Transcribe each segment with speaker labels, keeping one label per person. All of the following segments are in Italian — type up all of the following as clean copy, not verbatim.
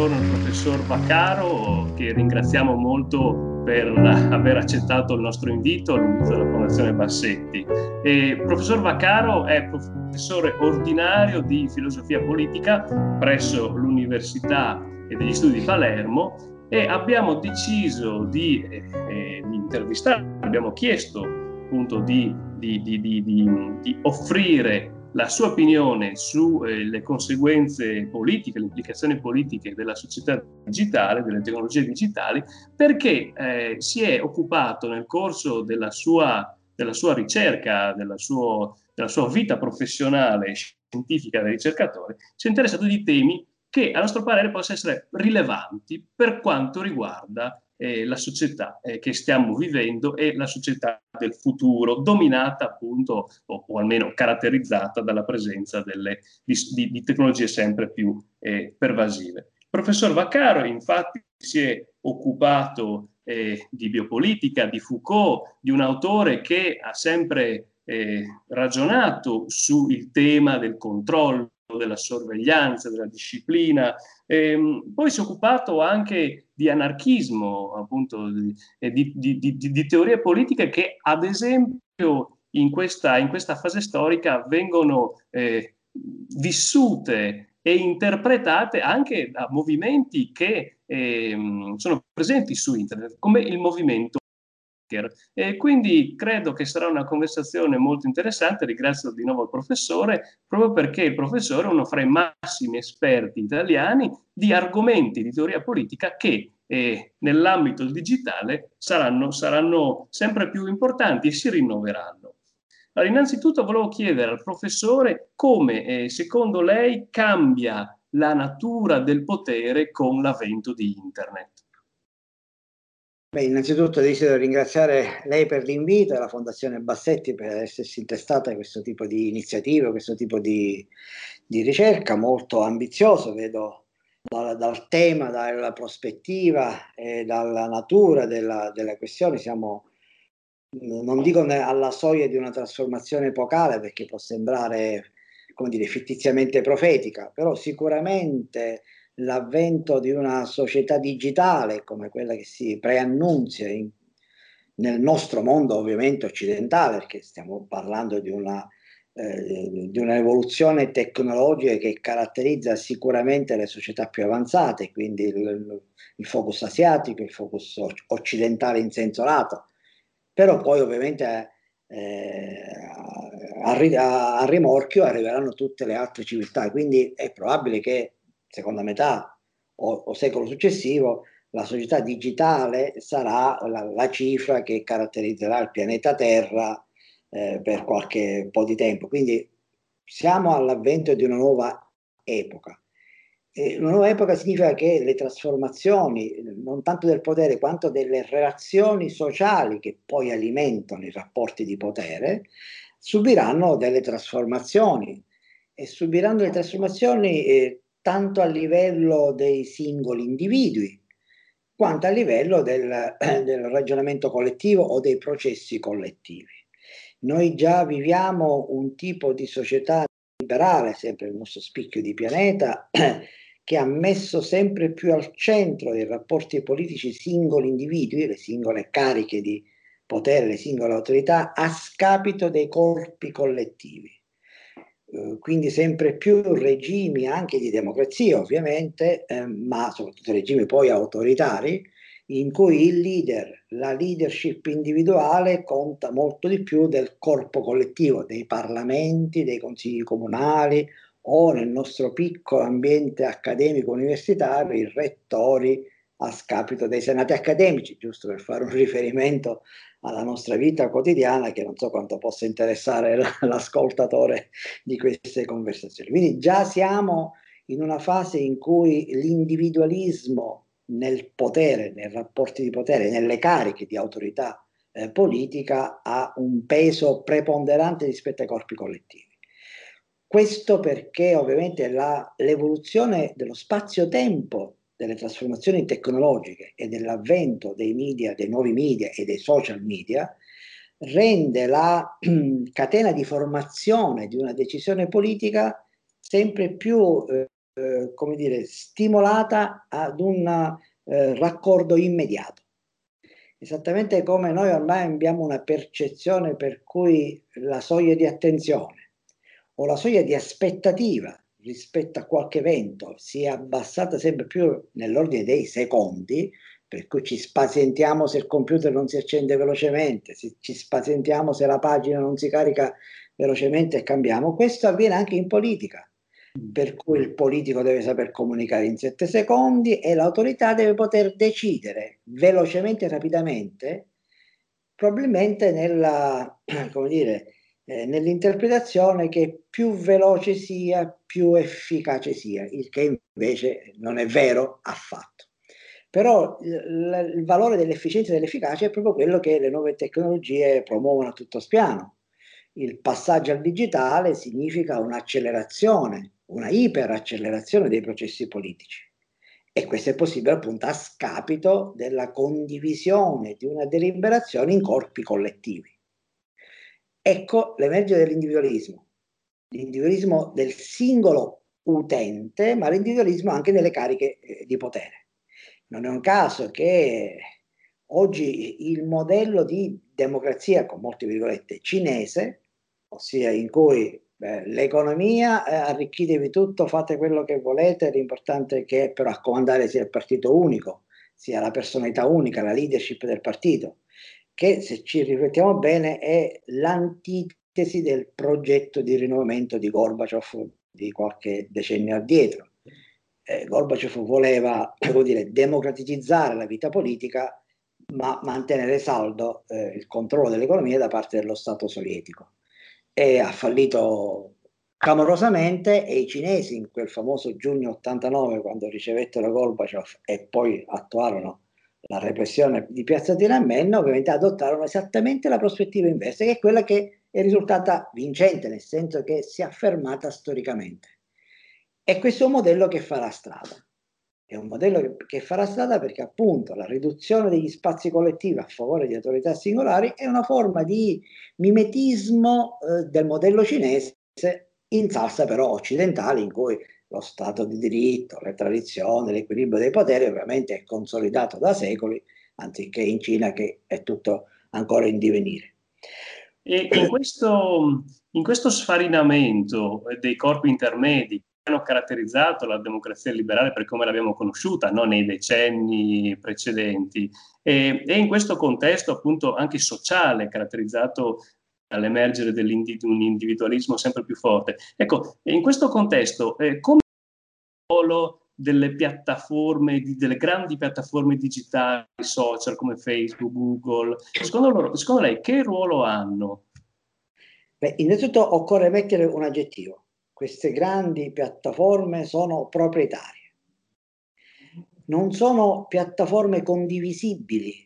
Speaker 1: buongiorno al professor Vaccaro, che ringraziamo molto per aver accettato il nostro invito, l'invito della Fondazione Bassetti. Professor Vaccaro è professore ordinario di filosofia politica presso l'Università degli Studi di Palermo e abbiamo deciso di intervistare, abbiamo chiesto appunto di offrire la sua opinione sulle conseguenze politiche, le implicazioni politiche della società digitale, delle tecnologie digitali, perché si è occupato nel corso della sua ricerca, della sua vita professionale scientifica da ricercatore, si è interessato di temi che a nostro parere possono essere rilevanti per quanto riguarda la società che stiamo vivendo e la società del futuro, dominata appunto o almeno caratterizzata dalla presenza di tecnologie sempre più pervasive. Il professor Vaccaro infatti si è occupato di biopolitica, di Foucault, di un autore che ha sempre ragionato sul tema del controllo, della sorveglianza, della disciplina. Poi si è occupato anche di anarchismo, appunto, di teorie politiche che, ad esempio, in questa fase storica vengono vissute e interpretate anche da movimenti che sono presenti su internet, come il movimento. E quindi credo che sarà una conversazione molto interessante. Ringrazio di nuovo il professore, proprio perché il professore è uno fra i massimi esperti italiani di argomenti di teoria politica che nell'ambito digitale saranno sempre più importanti e si rinnoveranno. Allora, innanzitutto volevo chiedere al professore come secondo lei cambia la natura del potere con l'avvento di Internet.
Speaker 2: Beh, innanzitutto desidero ringraziare lei per l'invito e la Fondazione Bassetti per essersi intestata a questo tipo di iniziative, questo tipo di ricerca molto ambizioso, vedo dal tema, dalla prospettiva e dalla natura della questione. Siamo, non dico alla soglia di una trasformazione epocale, perché può sembrare, come dire, fittiziamente profetica, però sicuramente l'avvento di una società digitale come quella che si preannunzia nel nostro mondo ovviamente occidentale, perché stiamo parlando di un'evoluzione tecnologica che caratterizza sicuramente le società più avanzate, quindi il focus asiatico, il focus occidentale in senso lato, però poi ovviamente a rimorchio arriveranno tutte le altre civiltà, quindi è probabile che seconda metà o secolo successivo la società digitale sarà la cifra che caratterizzerà il pianeta Terra per qualche po' di tempo. Quindi siamo all'avvento di una nuova epoca. Una nuova epoca significa che le trasformazioni, non tanto del potere quanto delle relazioni sociali che poi alimentano i rapporti di potere, subiranno delle trasformazioni e subiranno le trasformazioni tanto a livello dei singoli individui quanto a livello del ragionamento collettivo o dei processi collettivi. Noi già viviamo un tipo di società liberale, sempre il nostro spicchio di pianeta, che ha messo sempre più al centro dei rapporti politici i singoli individui, le singole cariche di potere, le singole autorità, a scapito dei corpi collettivi. Quindi sempre più regimi anche di democrazia ovviamente, ma soprattutto regimi poi autoritari, in cui il leader, la leadership individuale conta molto di più del corpo collettivo, dei parlamenti, dei consigli comunali o nel nostro piccolo ambiente accademico universitario i rettori a scapito dei senati accademici, giusto per fare un riferimento alla nostra vita quotidiana che non so quanto possa interessare l'ascoltatore di queste conversazioni. Quindi già siamo in una fase in cui l'individualismo nel potere, nei rapporti di potere, nelle cariche di autorità politica ha un peso preponderante rispetto ai corpi collettivi. Questo perché ovviamente l'evoluzione dello spazio-tempo, delle trasformazioni tecnologiche e dell'avvento dei media, dei nuovi media e dei social media rende la catena di formazione di una decisione politica sempre più come dire, stimolata ad un raccordo immediato. Esattamente come noi ormai abbiamo una percezione per cui la soglia di attenzione o la soglia di aspettativa rispetto a qualche evento si è abbassata sempre più nell'ordine dei secondi, per cui ci spazientiamo se il computer non si accende velocemente, ci spazientiamo se la pagina non si carica velocemente e cambiamo. Questo avviene anche in politica, per cui il politico deve saper comunicare in 7 secondi e l'autorità deve poter decidere velocemente e rapidamente, probabilmente nella, come dire, nell'interpretazione che più veloce sia, più efficace sia, il che invece non è vero affatto. Però il valore dell'efficienza e dell'efficacia è proprio quello che le nuove tecnologie promuovono a tutto spiano. Il passaggio al digitale significa un'accelerazione, una iperaccelerazione dei processi politici. E questo è possibile appunto a scapito della condivisione di una deliberazione in corpi collettivi. Ecco l'emergere dell'individualismo, l'individualismo del singolo utente, ma l'individualismo anche nelle cariche di potere. Non è un caso che oggi il modello di democrazia, con molte virgolette, cinese, ossia in cui l'economia, arricchitevi tutto, fate quello che volete, l'importante è che però a comandare sia il partito unico, sia la personalità unica, la leadership del partito, che se ci riflettiamo bene è l'antitesi del progetto di rinnovamento di Gorbaciov di qualche decennio addietro. Gorbaciov voleva, devo dire, democratizzare la vita politica, ma mantenere saldo il controllo dell'economia da parte dello Stato sovietico. E ha fallito clamorosamente e i cinesi in quel famoso giugno 89, quando ricevettero Gorbaciov e poi attuarono la repressione di Piazza Tiananmen, ovviamente adottarono esattamente la prospettiva inversa, che è quella che è risultata vincente, nel senso che si è affermata storicamente. E questo è un modello che farà strada. È un modello che farà strada perché appunto la riduzione degli spazi collettivi a favore di autorità singolari è una forma di mimetismo del modello cinese in salsa però occidentale, in cui lo Stato di diritto, le tradizioni, l'equilibrio dei poteri ovviamente è consolidato da secoli, anziché in Cina che è tutto ancora in divenire.
Speaker 1: E in questo sfarinamento dei corpi intermedi che hanno caratterizzato la democrazia liberale per come l'abbiamo conosciuta, no, nei decenni precedenti, e in questo contesto appunto anche sociale, caratterizzato dall'emergere di un individualismo sempre più forte. Ecco, in questo contesto, come il ruolo delle piattaforme, delle grandi piattaforme digitali, social come Facebook, Google, secondo lei che ruolo hanno?
Speaker 2: Beh, innanzitutto occorre mettere un aggettivo. Queste grandi piattaforme sono proprietarie. Non sono piattaforme condivisibili.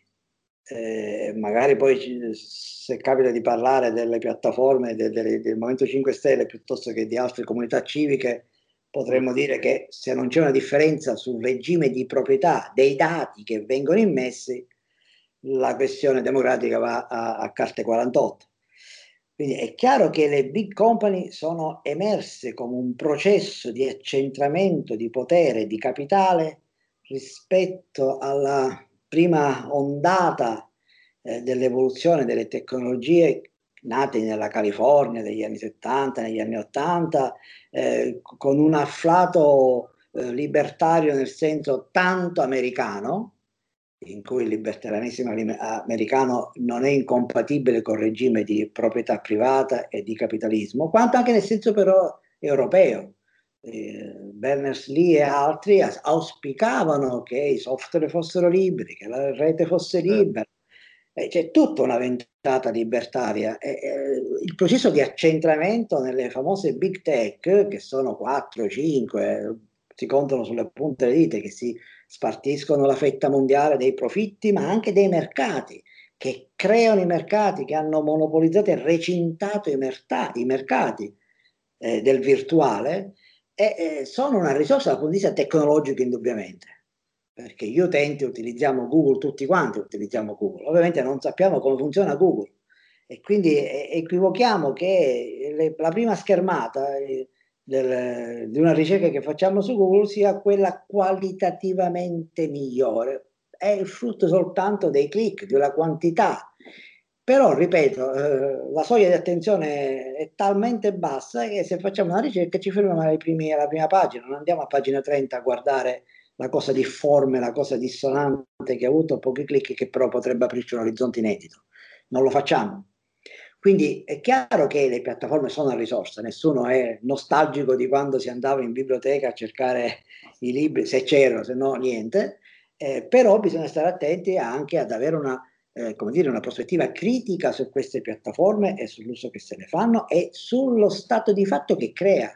Speaker 2: Magari poi se capita di parlare delle piattaforme del Movimento 5 Stelle piuttosto che di altre comunità civiche, potremmo dire che se non c'è una differenza sul regime di proprietà dei dati che vengono immessi, la questione democratica va a carte 48. Quindi è chiaro che le big company sono emerse come un processo di accentramento di potere e di capitale rispetto alla prima ondata dell'evoluzione delle tecnologie nate nella California negli anni 70, negli anni 80, con un afflato libertario nel senso tanto americano, in cui il libertarianesimo americano non è incompatibile col regime di proprietà privata e di capitalismo, quanto anche nel senso però europeo. Berners-Lee e altri auspicavano che i software fossero liberi, che la rete fosse libera. C'è tutta una ventata libertaria. Il processo di accentramento nelle famose big tech, che sono 4, 5, si contano sulle punte delle dita, che si spartiscono la fetta mondiale dei profitti, ma anche dei mercati, che creano i mercati, che hanno monopolizzato e recintato i mercati del virtuale, sono una risorsa dal punto di vista tecnologico indubbiamente, perché gli utenti utilizziamo Google, tutti quanti utilizziamo Google, ovviamente non sappiamo come funziona Google e quindi equivochiamo che la prima schermata di una ricerca che facciamo su Google sia quella qualitativamente migliore. È il frutto soltanto dei click, della quantità. Però, ripeto, la soglia di attenzione è talmente bassa che se facciamo una ricerca ci fermiamo alla prima pagina, non andiamo a pagina 30 a guardare la cosa difforme, la cosa dissonante che ha avuto pochi click che però potrebbe aprirci un orizzonte inedito. Non lo facciamo. Quindi è chiaro che le piattaforme sono una risorsa, nessuno è nostalgico di quando si andava in biblioteca a cercare i libri, se c'erano, se no niente, però bisogna stare attenti anche ad avere come dire, una prospettiva critica su queste piattaforme e sull'uso che se ne fanno e sullo stato di fatto che crea.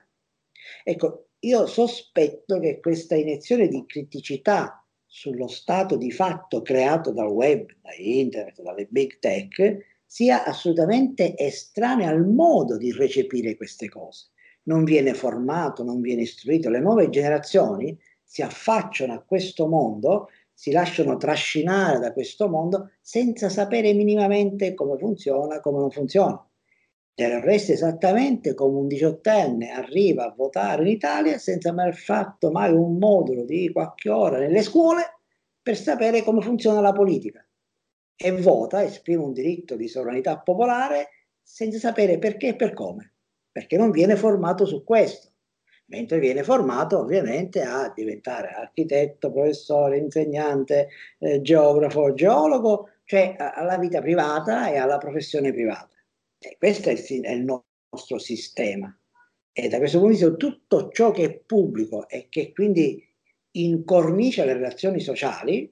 Speaker 2: Ecco, io sospetto che questa iniezione di criticità sullo stato di fatto creato dal web, da internet, dalle big tech, sia assolutamente estranea al modo di recepire queste cose. Non viene formato, non viene istruito. Le nuove generazioni si affacciano a questo mondo, si lasciano trascinare da questo mondo senza sapere minimamente come funziona, come non funziona. Del resto esattamente come un diciottenne arriva a votare in Italia senza aver fatto mai un modulo di qualche ora nelle scuole per sapere come funziona la politica e vota, esprime un diritto di sovranità popolare senza sapere perché e per come, perché non viene formato su questo, mentre viene formato ovviamente a diventare architetto, professore, insegnante, geografo, geologo, cioè alla vita privata e alla professione privata. E questo è il nostro sistema. E da questo punto di vista tutto ciò che è pubblico e che quindi incornicia le relazioni sociali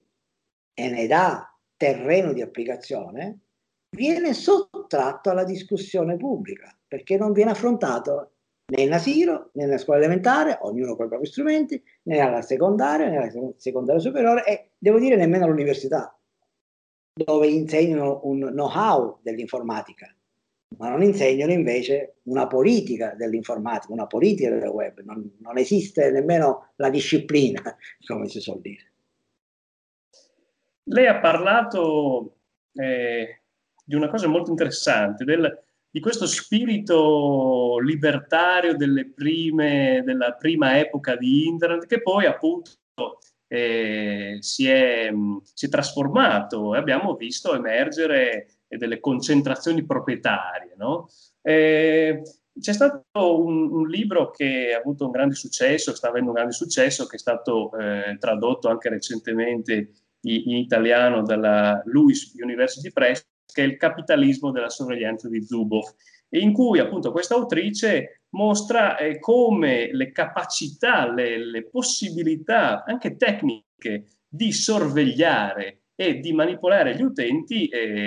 Speaker 2: e ne dà terreno di applicazione, viene sottratto alla discussione pubblica, perché non viene affrontato né in asilo, né nella scuola elementare, ognuno con i propri strumenti, né alla secondaria, né alla secondaria superiore e devo dire nemmeno all'università, dove insegnano un know-how dell'informatica, ma non insegnano invece una politica dell'informatica, una politica del web. Non esiste nemmeno la disciplina, come si suol dire.
Speaker 1: Lei ha parlato di una cosa molto interessante, di questo spirito libertario della prima epoca di Internet, che poi appunto si è trasformato e abbiamo visto emergere delle concentrazioni proprietarie, no? C'è stato un libro che ha avuto un grande successo, sta avendo un grande successo, che è stato tradotto anche recentemente in italiano dalla Lewis University Press, che è Il capitalismo della sorveglianza di Zuboff, e in cui appunto questa autrice mostra come le capacità, le possibilità anche tecniche di sorvegliare e di manipolare gli utenti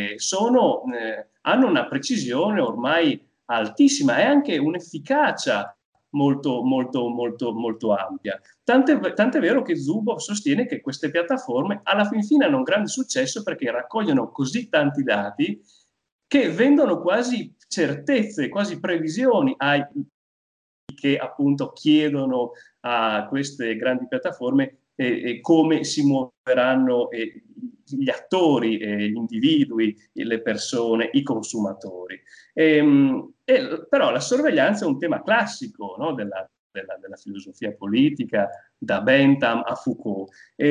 Speaker 1: hanno una precisione ormai altissima e anche un'efficacia molto, molto, molto, molto ampia. Tant'è vero che Zuboff sostiene che queste piattaforme alla fin fine hanno un grande successo perché raccogliono così tanti dati che vendono quasi certezze, quasi previsioni ai che appunto chiedono a queste grandi piattaforme come si muoveranno gli attori, gli individui, le persone, i consumatori. Però la sorveglianza è un tema classico, no, della filosofia politica, da Bentham a Foucault.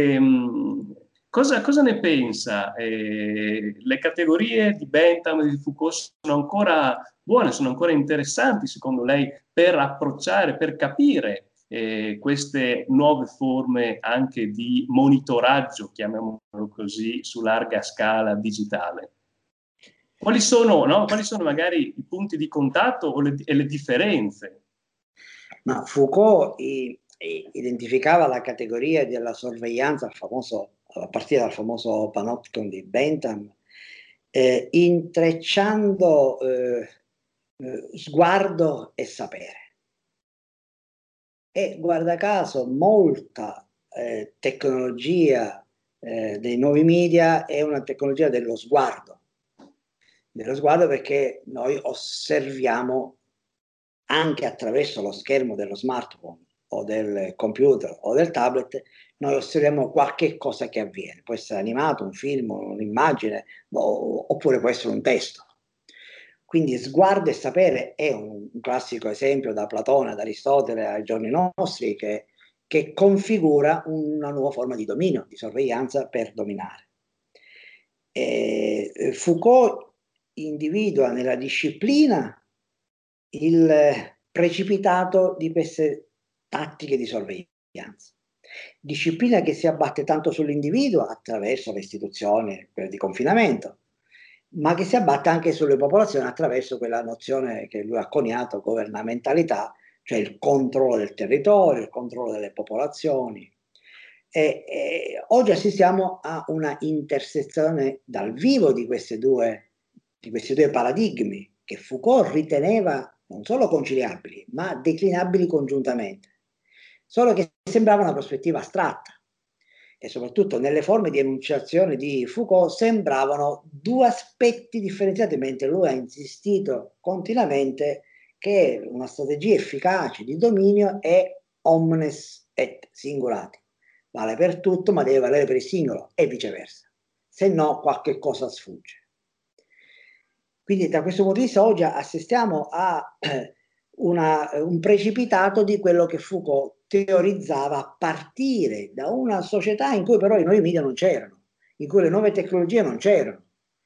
Speaker 1: Cosa ne pensa? Le categorie di Bentham e di Foucault sono ancora buone, sono ancora interessanti secondo lei per approcciare, per capire queste nuove forme anche di monitoraggio, chiamiamolo così, su larga scala digitale? Quali sono, no? Quali sono magari i punti di contatto e le differenze?
Speaker 2: Ma Foucault identificava la categoria della sorveglianza, a partire dal famoso Panopticon di Bentham, intrecciando sguardo e sapere. E guarda caso, molta tecnologia dei nuovi media è una tecnologia dello sguardo perché noi osserviamo anche attraverso lo schermo dello smartphone o del computer o del tablet, noi osserviamo qualche cosa che avviene. Può essere animato, un film, un'immagine, oppure può essere un testo. Quindi sguardo e sapere è un classico esempio da Platone ad Aristotele ai giorni nostri che configura una nuova forma di dominio, di sorveglianza per dominare. Foucault individua nella disciplina il precipitato di queste tattiche di sorveglianza. Disciplina che si abbatte tanto sull'individuo attraverso le istituzioni di confinamento, ma che si abbatte anche sulle popolazioni attraverso quella nozione che lui ha coniato, governamentalità, cioè il controllo del territorio, il controllo delle popolazioni. Oggi assistiamo a una intersezione dal vivo di questi due paradigmi che Foucault riteneva non solo conciliabili, ma declinabili congiuntamente, solo che sembrava una prospettiva astratta. E soprattutto nelle forme di enunciazione di Foucault sembravano due aspetti differenziati, mentre lui ha insistito continuamente che una strategia efficace di dominio è omnes et singulati, vale per tutto ma deve valere per il singolo e viceversa, se no qualche cosa sfugge. Quindi da questo punto di vista oggi assistiamo a un precipitato di quello che Foucault teorizzava a partire da una società in cui però i nuovi media non c'erano, in cui le nuove tecnologie non c'erano.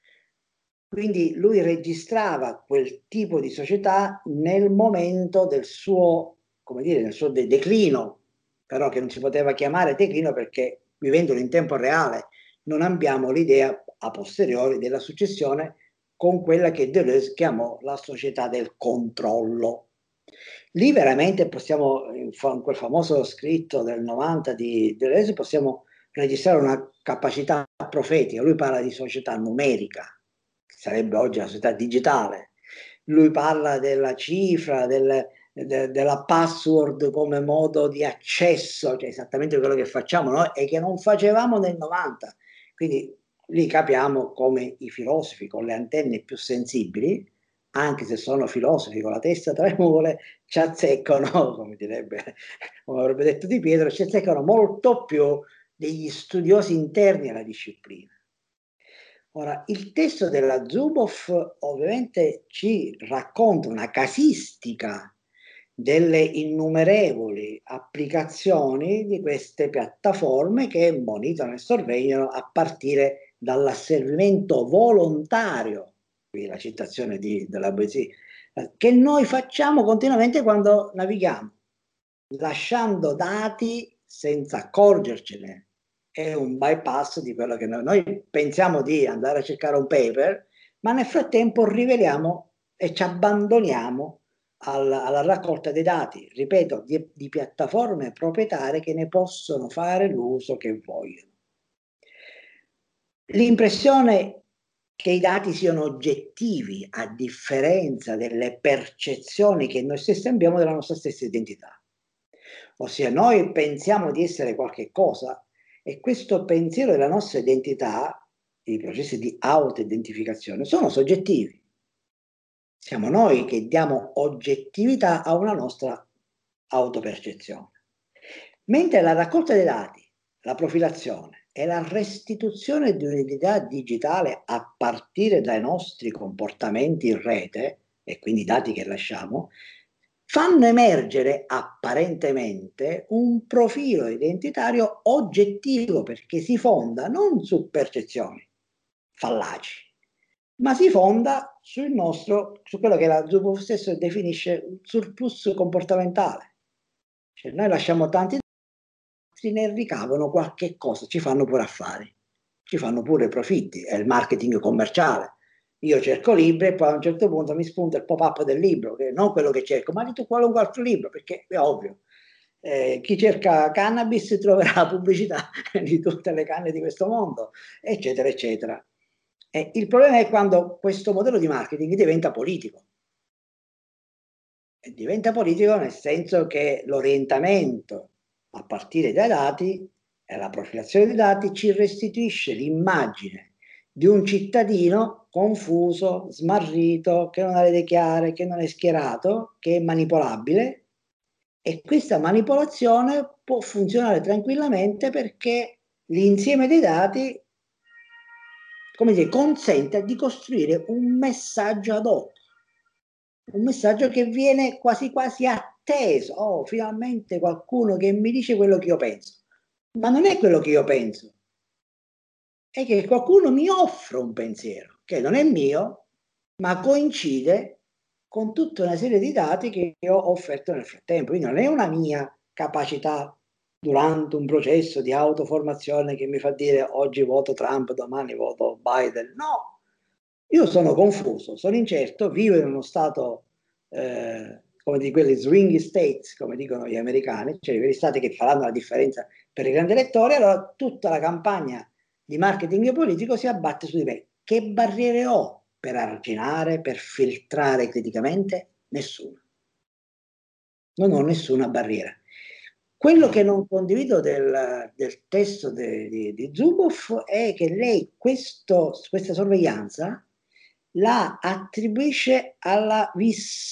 Speaker 2: Quindi lui registrava quel tipo di società nel momento del suo, come dire, del suo declino, però che non si poteva chiamare declino perché vivendolo in tempo reale non abbiamo l'idea a posteriori della successione con quella che Deleuze chiamò la società del controllo. Lì veramente possiamo, in quel famoso scritto del 90 di Deleuze, possiamo registrare una capacità profetica. Lui parla di società numerica, che sarebbe oggi la società digitale. Lui parla della cifra, della password come modo di accesso, cioè esattamente quello che facciamo noi e che non facevamo nel 90. Quindi lì capiamo come i filosofi con le antenne più sensibili, anche se sono filosofi con la testa tra le nuvole, ci azzeccano, come avrebbe detto Di Pietro, ci azzeccano molto più degli studiosi interni alla disciplina. Ora, il testo della Zuboff ovviamente ci racconta una casistica delle innumerevoli applicazioni di queste piattaforme che monitorano e sorvegliano a partire dall'asservimento volontario, qui la citazione della Boétie, che noi facciamo continuamente quando navighiamo, lasciando dati senza accorgercene. È un bypass di quello che noi pensiamo di andare a cercare un paper, ma nel frattempo riveliamo e ci abbandoniamo alla raccolta dei dati, ripeto, di piattaforme proprietarie che ne possono fare l'uso che vogliono. L'impressione che i dati siano oggettivi a differenza delle percezioni che noi stessi abbiamo della nostra stessa identità. Ossia, noi pensiamo di essere qualche cosa e questo pensiero della nostra identità, i processi di auto-identificazione, sono soggettivi. Siamo noi che diamo oggettività a una nostra autopercezione. Mentre la raccolta dei dati, la profilazione e la restituzione di un'identità digitale a partire dai nostri comportamenti in rete, e quindi i dati che lasciamo, fanno emergere apparentemente un profilo identitario oggettivo perché si fonda non su percezioni fallaci, ma si fonda su quello che la Zuboff stesso definisce un surplus comportamentale. Cioè noi lasciamo tanti dati, ne ricavano qualche cosa, ci fanno pure affari, ci fanno pure profitti, è il marketing commerciale. Io cerco libri e poi a un certo punto mi spunta il pop-up del libro, che non quello che cerco, ma di qualunque altro libro, perché è ovvio. Chi cerca cannabis troverà la pubblicità di tutte le canne di questo mondo, eccetera, eccetera. Il problema è quando questo modello di marketing diventa politico. E diventa politico nel senso che l'orientamento a partire dai dati e la profilazione dei dati ci restituisce l'immagine di un cittadino confuso, smarrito, che non ha le idee chiare, che non è schierato, che è manipolabile, e questa manipolazione può funzionare tranquillamente perché l'insieme dei dati, come dire, consente di costruire un messaggio ad hoc, un messaggio che viene quasi quasi atteso. Oh, finalmente qualcuno che mi dice quello che io penso. Ma non è quello che io penso, è che qualcuno mi offre un pensiero che non è mio, ma coincide con tutta una serie di dati che io ho offerto nel frattempo. Quindi non è una mia capacità durante un processo di autoformazione che mi fa dire oggi voto Trump, domani voto Biden. No, io sono confuso, sono incerto, vivo in uno stato come di quelli swing states, come dicono gli americani, cioè quegli stati che faranno la differenza per i grandi elettori. Allora tutta la campagna di marketing politico si abbatte su di me. Che barriere ho per arginare, per filtrare criticamente? Nessuna. Non ho nessuna barriera. Quello che non condivido del testo di Zuboff è che lei questa sorveglianza la attribuisce alla vis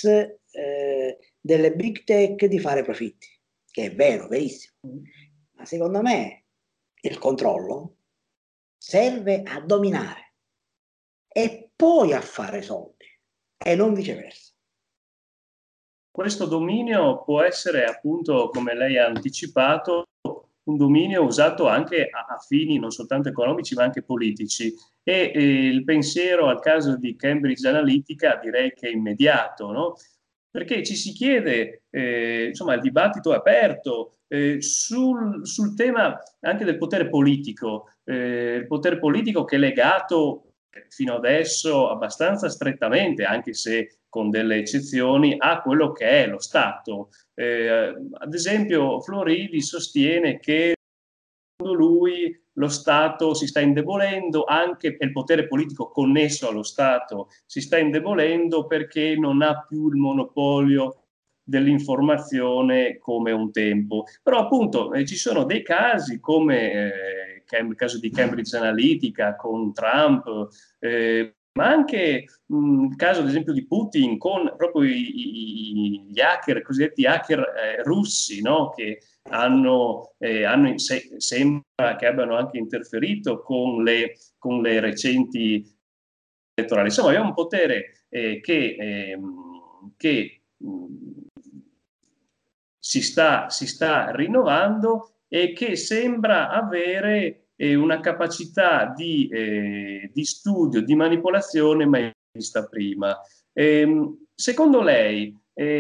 Speaker 2: delle big tech di fare profitti, che è vero, verissimo. Ma secondo me il controllo serve a dominare e poi a fare soldi e non viceversa.
Speaker 1: Questo dominio può essere, appunto, come lei ha anticipato, un dominio usato anche a fini non soltanto economici ma anche politici. E il pensiero al caso di Cambridge Analytica direi che è immediato, no? Perché ci si chiede, insomma, il dibattito è aperto sul tema anche del potere politico, il potere politico che è legato fino adesso abbastanza strettamente, anche se con delle eccezioni, a quello che è lo Stato. Ad esempio, Floridi sostiene che secondo lui lo Stato si sta indebolendo, anche il potere politico connesso allo Stato si sta indebolendo perché non ha più il monopolio dell'informazione come un tempo. Però appunto ci sono dei casi come il caso di Cambridge Analytica con Trump, ma anche il caso ad esempio di Putin con proprio gli hacker, cosiddetti hacker russi, no? Che sembra che abbiano anche interferito con le recenti elettorali. Insomma, abbiamo un potere che si sta rinnovando e che sembra avere una capacità di studio, di manipolazione mai vista prima. Secondo lei,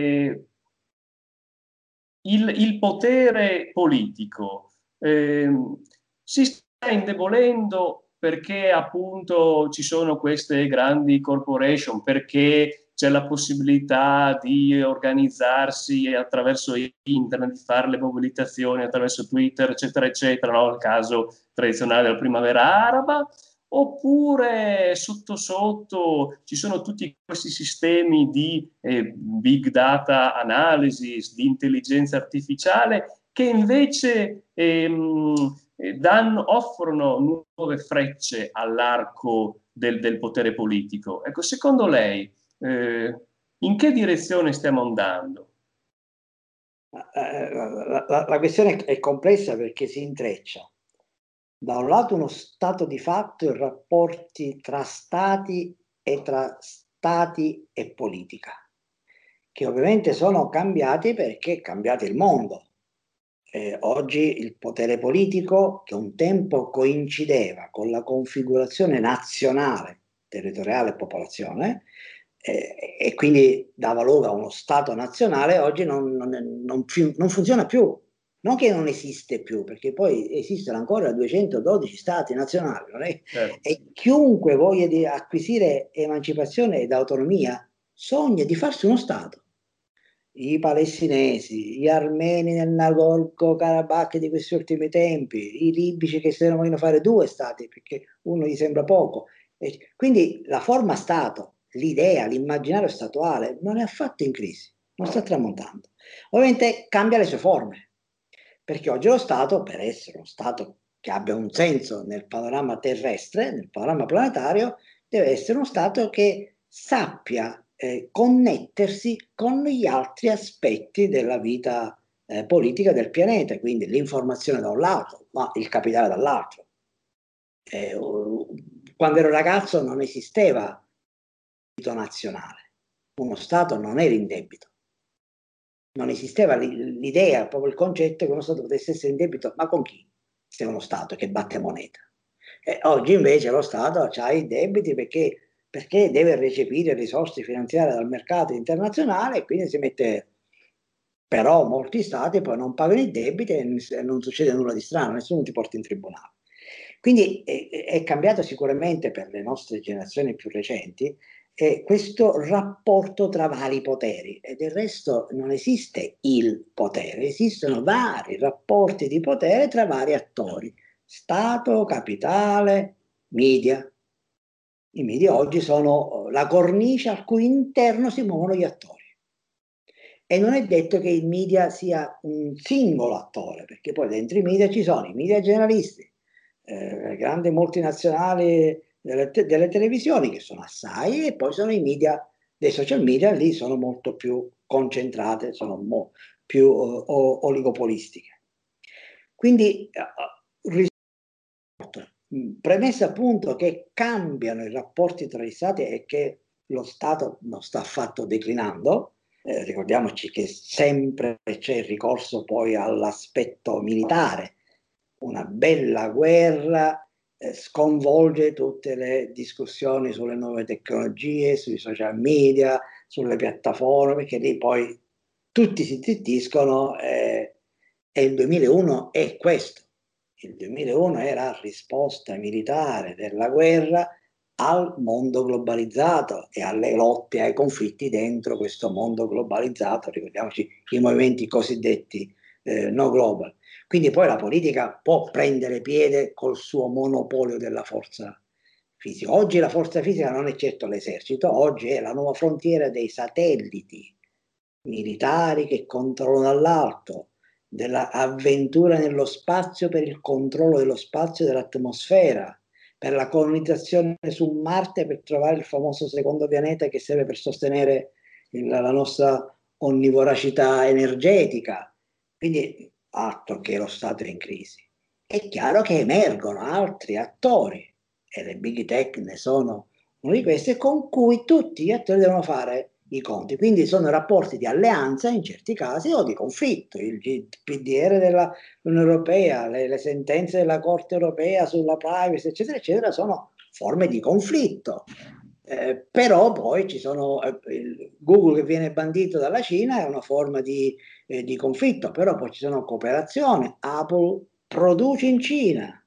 Speaker 1: il potere politico si sta indebolendo perché appunto ci sono queste grandi corporation, perché c'è la possibilità di organizzarsi attraverso internet, di fare le mobilitazioni attraverso Twitter, eccetera, eccetera, no? Il caso tradizionale della primavera araba, oppure sotto sotto ci sono tutti questi sistemi di big data analysis, di intelligenza artificiale che invece offrono nuove frecce all'arco del potere politico. Ecco, secondo lei in che direzione stiamo andando?
Speaker 2: La questione è complessa perché si intreccia. Da un lato uno stato di fatto e rapporti tra stati e politica, che ovviamente sono cambiati perché è cambiato il mondo. Oggi il potere politico, che un tempo coincideva con la configurazione nazionale, territoriale e popolazione, e quindi dava luogo a uno Stato nazionale, oggi non funziona più. Non che non esiste più, perché poi esistono ancora 212 Stati nazionali, non è? E chiunque voglia acquisire emancipazione ed autonomia sogna di farsi uno Stato. I palestinesi, gli armeni nel Nagorno-Karabakh di questi ultimi tempi, i libici che se ne vogliono fare due stati perché uno gli sembra poco. E quindi la forma Stato, l'idea, l'immaginario statuale non è affatto in crisi, non sta tramontando. Ovviamente cambia le sue forme, perché oggi lo Stato, per essere uno Stato che abbia un senso nel panorama terrestre, nel panorama planetario, deve essere uno Stato che sappia connettersi con gli altri aspetti della vita politica del pianeta, quindi l'informazione da un lato, ma il capitale dall'altro. Quando ero ragazzo non esisteva il diritto nazionale, uno Stato non era in debito. Non esisteva l'idea, proprio il concetto che uno Stato potesse essere in debito, ma con chi? Se è uno Stato che batte moneta. E oggi invece lo Stato ha i debiti perché deve recepire risorse finanziarie dal mercato internazionale e quindi si mette... Però molti Stati poi non pagano i debiti e non succede nulla di strano, nessuno ti porta in tribunale. Quindi è cambiato sicuramente per le nostre generazioni più recenti questo rapporto tra vari poteri, e del resto non esiste il potere, esistono vari rapporti di potere tra vari attori, Stato, capitale, media. I media oggi sono la cornice al cui interno si muovono gli attori. E non è detto che il media sia un singolo attore, perché poi dentro i media ci sono i media generalisti, le grandi multinazionali delle televisioni, che sono assai, e poi sono i media dei social media, lì sono molto più concentrate, sono più oligopolistiche. Quindi, premessa appunto che cambiano i rapporti tra gli stati e che lo Stato non sta affatto declinando. Ricordiamoci che sempre c'è il ricorso poi all'aspetto militare. Una bella guerra sconvolge tutte le discussioni sulle nuove tecnologie, sui social media, sulle piattaforme, perché lì poi tutti si zittiscono e il 2001 è questo. Il 2001 era risposta militare della guerra al mondo globalizzato e alle lotte, ai conflitti dentro questo mondo globalizzato, ricordiamoci i movimenti cosiddetti no global. Quindi poi la politica può prendere piede col suo monopolio della forza fisica. Oggi la forza fisica non è certo l'esercito, oggi è la nuova frontiera dei satelliti militari che controllano dall'alto, dell'avventura nello spazio per il controllo dello spazio e dell'atmosfera, per la colonizzazione su Marte per trovare il famoso secondo pianeta che serve per sostenere la nostra onnivoracità energetica. Quindi altro che lo Stato è in crisi. È chiaro che emergono altri attori e le big tech ne sono uno di questi con cui tutti gli attori devono fare i conti. Quindi sono rapporti di alleanza in certi casi o di conflitto. Il PDR dell'Unione Europea, le sentenze della Corte Europea sulla privacy, eccetera, eccetera, sono forme di conflitto. Però poi ci sono Google che viene bandito dalla Cina, è una forma di conflitto, però poi ci sono cooperazioni. Apple produce in Cina,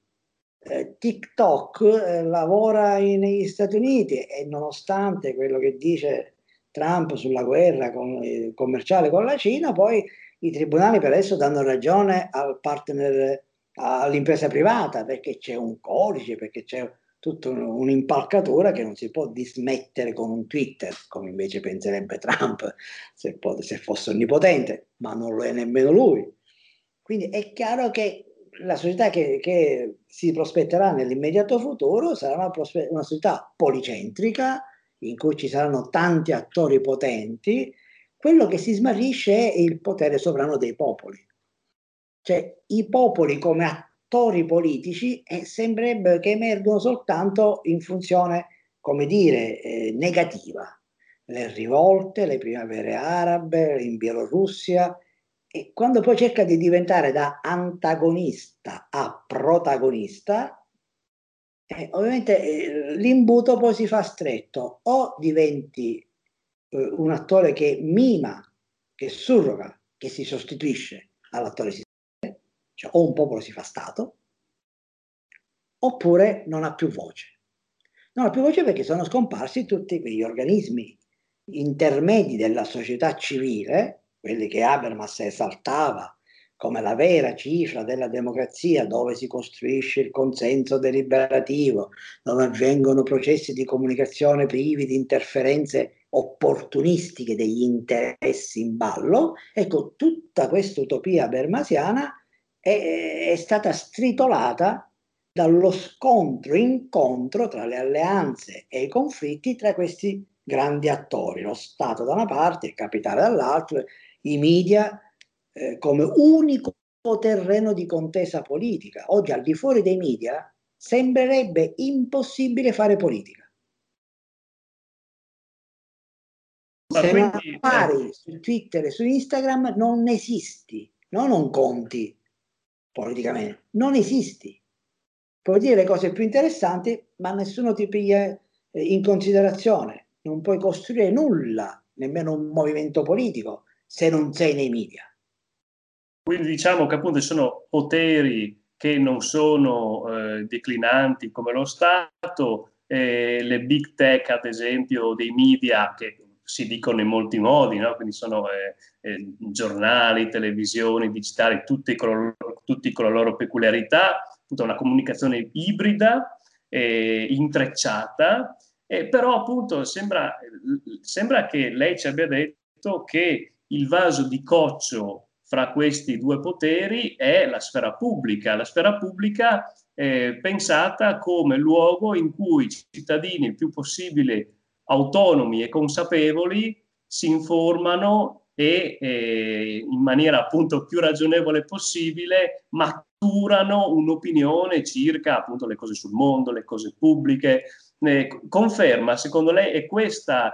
Speaker 2: TikTok lavora negli Stati Uniti e nonostante quello che dice Trump sulla guerra commerciale con la Cina, poi i tribunali per adesso danno ragione al partner, all'impresa privata, perché c'è un codice, perché c'è tutta un'impalcatura che non si può dismettere con un Twitter, come invece penserebbe Trump se fosse onnipotente, ma non lo è nemmeno lui. Quindi è chiaro che la società che si prospetterà nell'immediato futuro sarà una società policentrica, in cui ci saranno tanti attori potenti. Quello che si smarrisce è il potere sovrano dei popoli. Cioè i popoli come attori politici sembrerebbe che emergono soltanto in funzione, come dire, negativa. Le rivolte, le primavere arabe in Bielorussia, e quando poi cerca di diventare da antagonista a protagonista, ovviamente l'imbuto poi si fa stretto, o diventi un attore che mima, che surroga, che si sostituisce all'attore esistente, cioè o un popolo si fa Stato, oppure non ha più voce. Non ha più voce perché sono scomparsi tutti quegli organismi intermedi della società civile, quelli che Habermas esaltava come la vera cifra della democrazia, dove si costruisce il consenso deliberativo, dove avvengono processi di comunicazione privi di interferenze opportunistiche degli interessi in ballo. Ecco, tutta questa utopia habermasiana è stata stritolata dallo scontro-incontro tra le alleanze e i conflitti tra questi grandi attori, lo Stato da una parte, il capitale dall'altro, i media come unico terreno di contesa politica. Oggi al di fuori dei media sembrerebbe impossibile fare politica. Se non appari su Twitter e su Instagram non esisti, non conti politicamente, non esisti. Puoi dire le cose più interessanti, ma nessuno ti piglia in considerazione. Non puoi costruire nulla, nemmeno un movimento politico, se non sei nei media.
Speaker 1: Quindi diciamo che appunto ci sono poteri che non sono declinanti come lo Stato, le big tech ad esempio dei media che si dicono in molti modi, no? Quindi sono giornali, televisioni, digitali, tutti con la loro peculiarità, tutta una comunicazione ibrida, intrecciata, però appunto sembra che lei ci abbia detto che il vaso di coccio fra questi due poteri è la sfera pubblica pensata come luogo in cui i cittadini il più possibile autonomi e consapevoli si informano e in maniera appunto più ragionevole possibile maturano un'opinione circa appunto le cose sul mondo, le cose pubbliche. Conferma, secondo lei è questa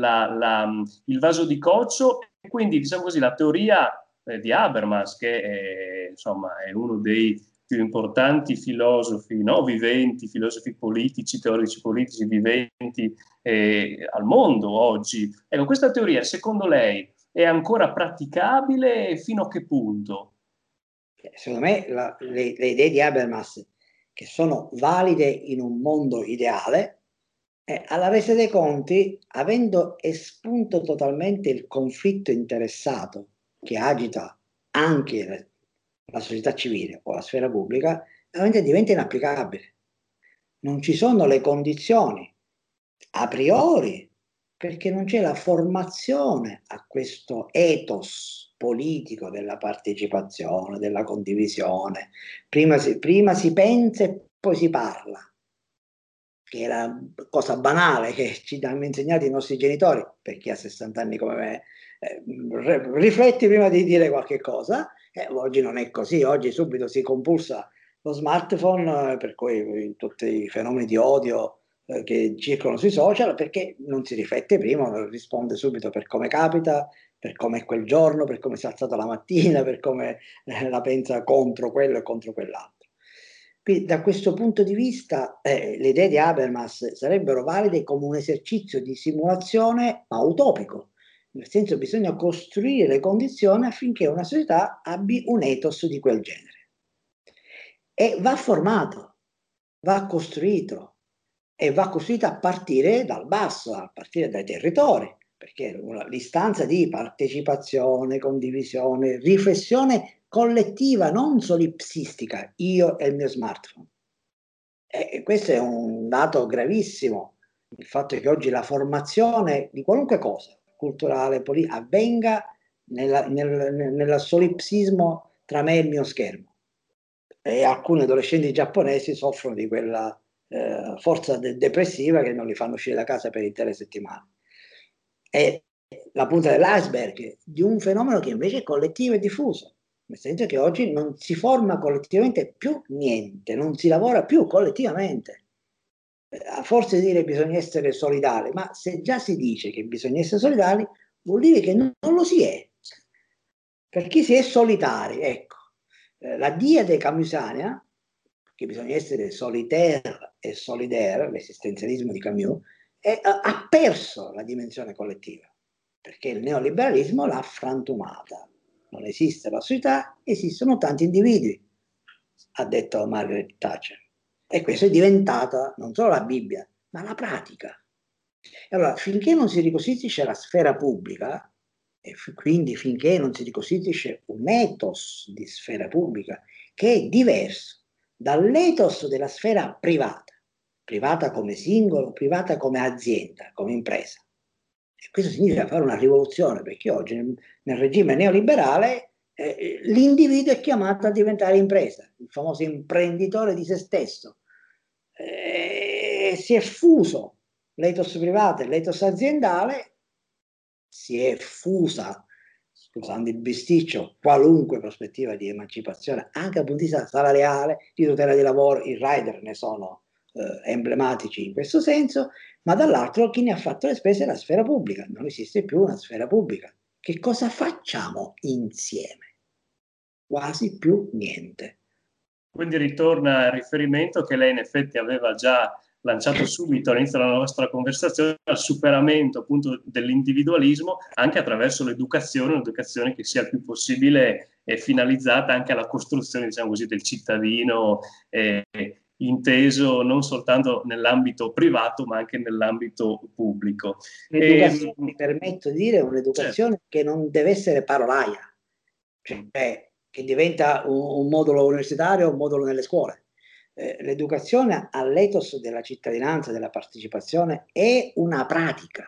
Speaker 1: il vaso di coccio e quindi diciamo così la teoria di Habermas, che insomma, è uno dei più importanti filosofi, no, viventi, filosofi politici, teorici politici viventi al mondo oggi. Ecco, questa teoria, secondo lei, è ancora praticabile e fino a che punto?
Speaker 2: Secondo me le idee di Habermas, che sono valide in un mondo ideale, alla resa dei conti, avendo espunto totalmente il conflitto interessato che agita anche la società civile o la sfera pubblica, veramente diventa inapplicabile. Non ci sono le condizioni a priori, perché non c'è la formazione a questo ethos politico della partecipazione, della condivisione. Prima si pensa e poi si parla, che è la cosa banale che ci hanno insegnato i nostri genitori, per chi ha 60 anni come me, rifletti prima di dire qualche cosa. Oggi non è così, oggi subito si compulsa lo smartphone, per cui tutti i fenomeni di odio che circolano sui social, perché non si riflette prima, risponde subito per come capita, per come è quel giorno, per come si è alzato la mattina, per come la pensa contro quello e contro quell'altro. Quindi, da questo punto di vista, le idee di Habermas sarebbero valide come un esercizio di simulazione, ma utopico. Nel senso, bisogna costruire le condizioni affinché una società abbia un ethos di quel genere. E va formato, va costruito, e va costruito a partire dal basso, a partire dai territori, perché l'istanza di partecipazione, condivisione, riflessione collettiva, non solipsistica, io e il mio smartphone. E questo è un dato gravissimo, il fatto che oggi la formazione di qualunque cosa, culturale, politica, avvenga nel solipsismo tra me e il mio schermo. E alcuni adolescenti giapponesi soffrono di quella forza depressiva che non li fanno uscire da casa per intere settimane. È la punta dell'iceberg di un fenomeno che invece è collettivo e diffuso, nel senso che oggi non si forma collettivamente più niente, non si lavora più collettivamente. Forse dire bisogna essere solidali, ma se già si dice che bisogna essere solidali, vuol dire che non lo si è. Per chi si è solitari, ecco, la diade camusiana, che bisogna essere solitaire e solidaire, l'esistenzialismo di Camus, ha perso la dimensione collettiva, perché il neoliberalismo l'ha frantumata. Non esiste la società, esistono tanti individui, ha detto Margaret Thatcher. E questo è diventata non solo la Bibbia, ma la pratica. E allora, finché non si ricostituisce la sfera pubblica, e quindi finché non si ricostituisce un ethos di sfera pubblica che è diverso dall'ethos della sfera privata, privata come singolo, privata come azienda, come impresa. E questo significa fare una rivoluzione, perché oggi nel regime neoliberale l'individuo è chiamato a diventare impresa, il famoso imprenditore di se stesso. Si è fuso l'ethos privato e l'ethos aziendale, si è fusa, scusando il bisticcio, qualunque prospettiva di emancipazione, anche dal punto di vista salariale, di tutela del lavoro. I rider ne sono emblematici in questo senso, ma dall'altro chi ne ha fatto le spese è la sfera pubblica. Non esiste più una sfera pubblica. Che cosa facciamo insieme? Quasi più niente.
Speaker 1: Quindi ritorna il riferimento che lei in effetti aveva già lanciato subito all'inizio della nostra conversazione, al superamento appunto dell'individualismo anche attraverso l'educazione, un'educazione che sia il più possibile finalizzata anche alla costruzione, diciamo così, del cittadino, inteso non soltanto nell'ambito privato ma anche nell'ambito pubblico.
Speaker 2: L'educazione, mi permetto di dire, è un'educazione
Speaker 1: certo.
Speaker 2: che non deve essere parolaia, cioè che diventa un modulo universitario o un modulo nelle scuole. L'educazione all'ethos della cittadinanza, della partecipazione, è una pratica.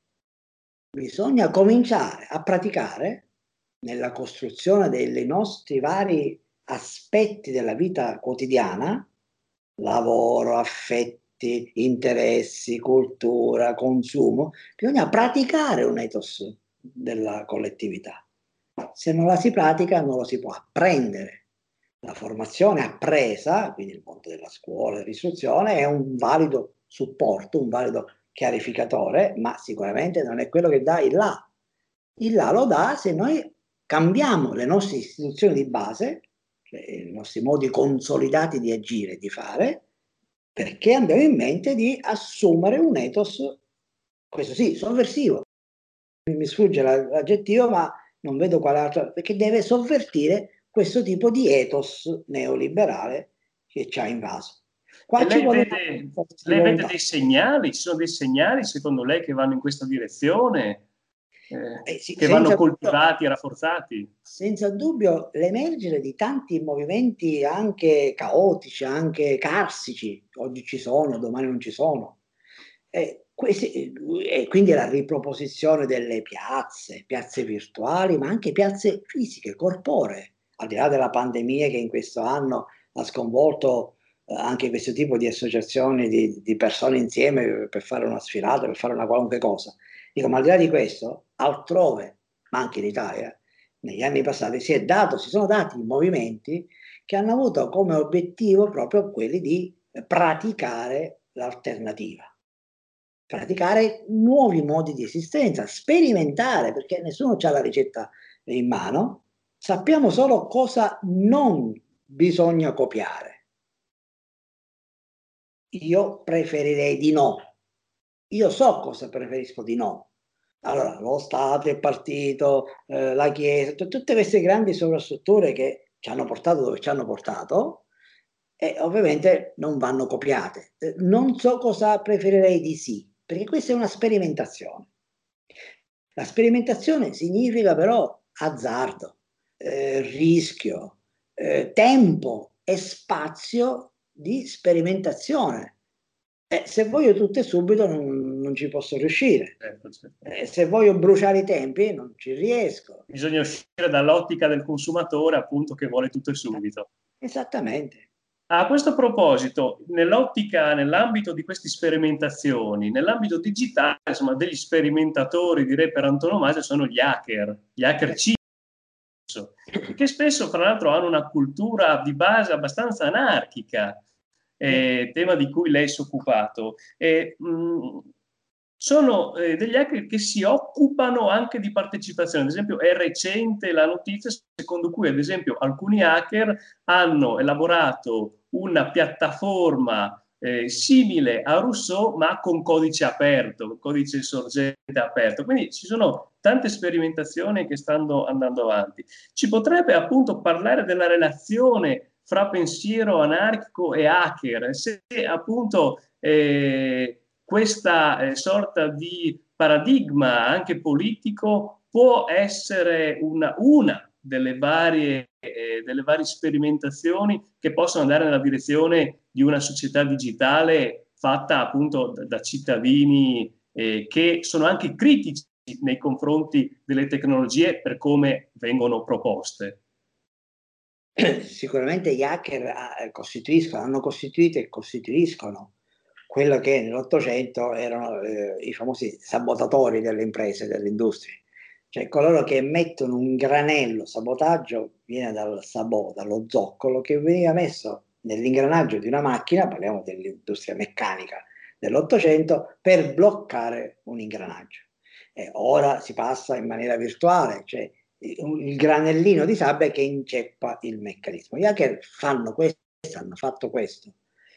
Speaker 2: Bisogna cominciare a praticare nella costruzione dei nostri vari aspetti della vita quotidiana, lavoro, affetti, interessi, cultura, consumo, bisogna praticare un ethos della collettività. Se non la si pratica non lo si può apprendere. La formazione appresa, quindi il mondo della scuola, dell'istruzione, è un valido supporto, un valido chiarificatore, ma sicuramente non è quello che dà il là. Il là lo dà se noi cambiamo le nostre istituzioni di base, cioè i nostri modi consolidati di agire e di fare, perché abbiamo in mente di assumere un ethos, questo sì, sovversivo. Mi sfugge l'aggettivo, ma non vedo quale altro, perché deve sovvertire questo tipo di ethos neoliberale che ci ha invaso. Qua
Speaker 1: E
Speaker 2: ci vuole
Speaker 1: lei vede
Speaker 2: volontà.
Speaker 1: dei segnali, ci sono dei segnali secondo lei che vanno in questa direzione,
Speaker 2: Sì,
Speaker 1: che vanno coltivati e rafforzati?
Speaker 2: senza dubbio l'emergere di tanti movimenti anche caotici, anche carsici, oggi ci sono, domani non ci sono. E quindi la riproposizione delle piazze virtuali, ma anche piazze fisiche, corporee, al di là della pandemia che in questo anno ha sconvolto anche questo tipo di associazioni di persone insieme per fare una sfilata, per fare una qualunque cosa. Dico, ma al di là di questo, altrove, ma anche in Italia, negli anni passati si sono dati movimenti che hanno avuto come obiettivo proprio quelli di praticare l'alternativa, praticare nuovi modi di esistenza, sperimentare, perché nessuno ha la ricetta in mano, sappiamo solo cosa non bisogna copiare. Io preferirei di no. Io so cosa preferisco di no. Allora, lo Stato, il partito, la Chiesa, tutte queste grandi sovrastrutture che ci hanno portato dove ci hanno portato, e ovviamente non vanno copiate. Non so cosa preferirei di sì, perché questa è una sperimentazione. La sperimentazione significa però azzardo, rischio, tempo e spazio di sperimentazione. Se voglio tutto e subito non ci posso riuscire.
Speaker 1: Certo, certo.
Speaker 2: Se voglio bruciare i tempi non ci riesco.
Speaker 1: Bisogna uscire dall'ottica del consumatore, appunto, che vuole tutto e subito.
Speaker 2: Esattamente.
Speaker 1: A questo proposito, nell'ottica, nell'ambito di queste sperimentazioni, nell'ambito digitale, insomma, degli sperimentatori, direi per antonomasia, sono gli hacker che spesso, fra l'altro, hanno una cultura di base abbastanza anarchica, tema di cui lei si è occupato. Sono degli hacker che si occupano anche di partecipazione. Ad esempio, è recente la notizia secondo cui, ad esempio, alcuni hacker hanno elaborato una piattaforma simile a Rousseau, ma con codice aperto, codice sorgente aperto. Quindi ci sono tante sperimentazioni che stanno andando avanti. Ci potrebbe appunto parlare della relazione fra pensiero anarchico e hacker, se appunto questa sorta di paradigma anche politico può essere una delle varie sperimentazioni che possono andare nella direzione di una società digitale fatta appunto da cittadini che sono anche critici nei confronti delle tecnologie per come vengono proposte.
Speaker 2: Sicuramente gli hacker hanno costituito e costituiscono quello che nell'Ottocento erano i famosi sabotatori delle imprese, delle industrie, cioè coloro che mettono un granello. Sabotaggio viene dal sabot, dallo zoccolo che veniva messo nell'ingranaggio di una macchina, parliamo dell'industria meccanica dell'Ottocento, per bloccare un ingranaggio. E ora si passa in maniera virtuale, cioè il granellino di sabbia che inceppa il meccanismo. Gli hacker fanno questo, hanno fatto questo,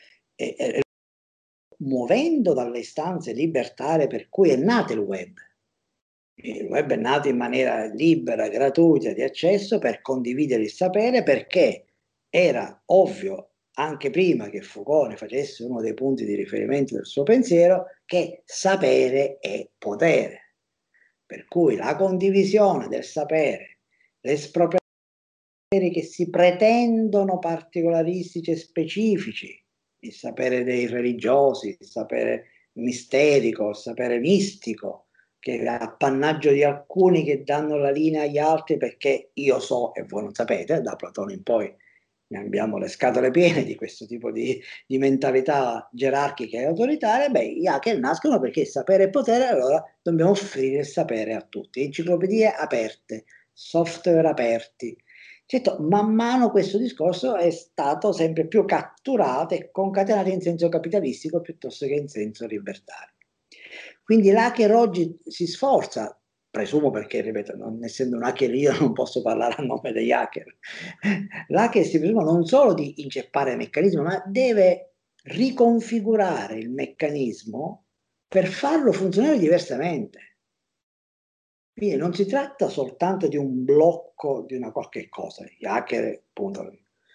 Speaker 2: muovendo dalle istanze libertarie per cui è nato il web. Il web è nato in maniera libera, gratuita, di accesso per condividere il sapere, perché era ovvio, anche prima che Foucault ne facesse uno dei punti di riferimento del suo pensiero, che sapere è potere. Per cui la condivisione del sapere, l'espropriazione che si pretendono particolaristici e specifici, il sapere dei religiosi, il sapere misterico, il sapere mistico, che è appannaggio di alcuni che danno la linea agli altri perché io so e voi non sapete, da Platone in poi ne abbiamo le scatole piene di questo tipo di mentalità gerarchica e autoritaria. Beh, gli hacker nascono perché il sapere è potere, allora dobbiamo offrire il sapere a tutti, enciclopedie aperte, software aperti. Certo, man mano questo discorso è stato sempre più catturato e concatenato in senso capitalistico piuttosto che in senso libertario. Quindi l'hacker oggi si sforza, presumo perché, ripeto, non essendo un hacker io non posso parlare a nome degli hacker, l'hacker si presume non solo di inceppare il meccanismo, ma deve riconfigurare il meccanismo per farlo funzionare diversamente. Quindi non si tratta soltanto di un blocco di una qualche cosa, gli hacker, appunto,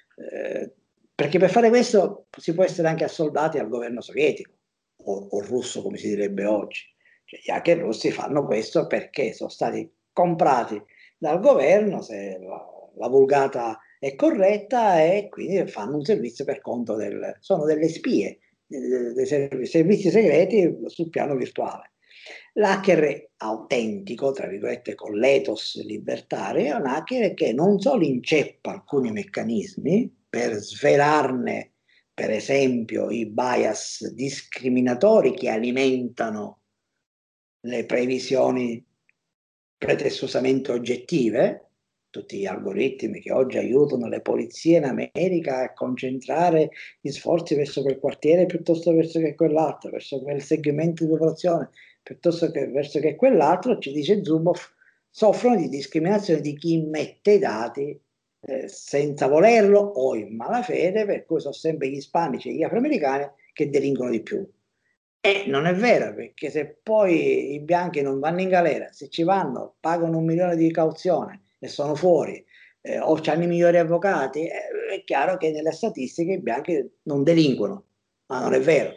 Speaker 2: perché per fare questo si può essere anche assoldati al governo sovietico o russo, come si direbbe oggi. Cioè, gli hacker russi fanno questo perché sono stati comprati dal governo, se la vulgata è corretta, e quindi fanno un servizio per conto sono delle spie, dei servizi segreti sul piano virtuale. L'hacker autentico, tra virgolette, con l'ethos libertario, è un hacker che non solo inceppa alcuni meccanismi per svelarne, per esempio, i bias discriminatori che alimentano le previsioni pretestuosamente oggettive, tutti gli algoritmi che oggi aiutano le polizie in America a concentrare gli sforzi verso quel quartiere piuttosto verso che quell'altro, verso quel segmento di popolazione piuttosto che verso che quell'altro, ci dice Zuboff, soffrono di discriminazione di chi mette i dati senza volerlo o in malafede, per cui sono sempre gli ispanici e gli afroamericani che delinquono di più. E non è vero, perché se poi i bianchi non vanno in galera, se ci vanno, pagano 1 milione di cauzione e sono fuori, o hanno i migliori avvocati, è chiaro che nelle statistiche i bianchi non delinquono, ma non è vero.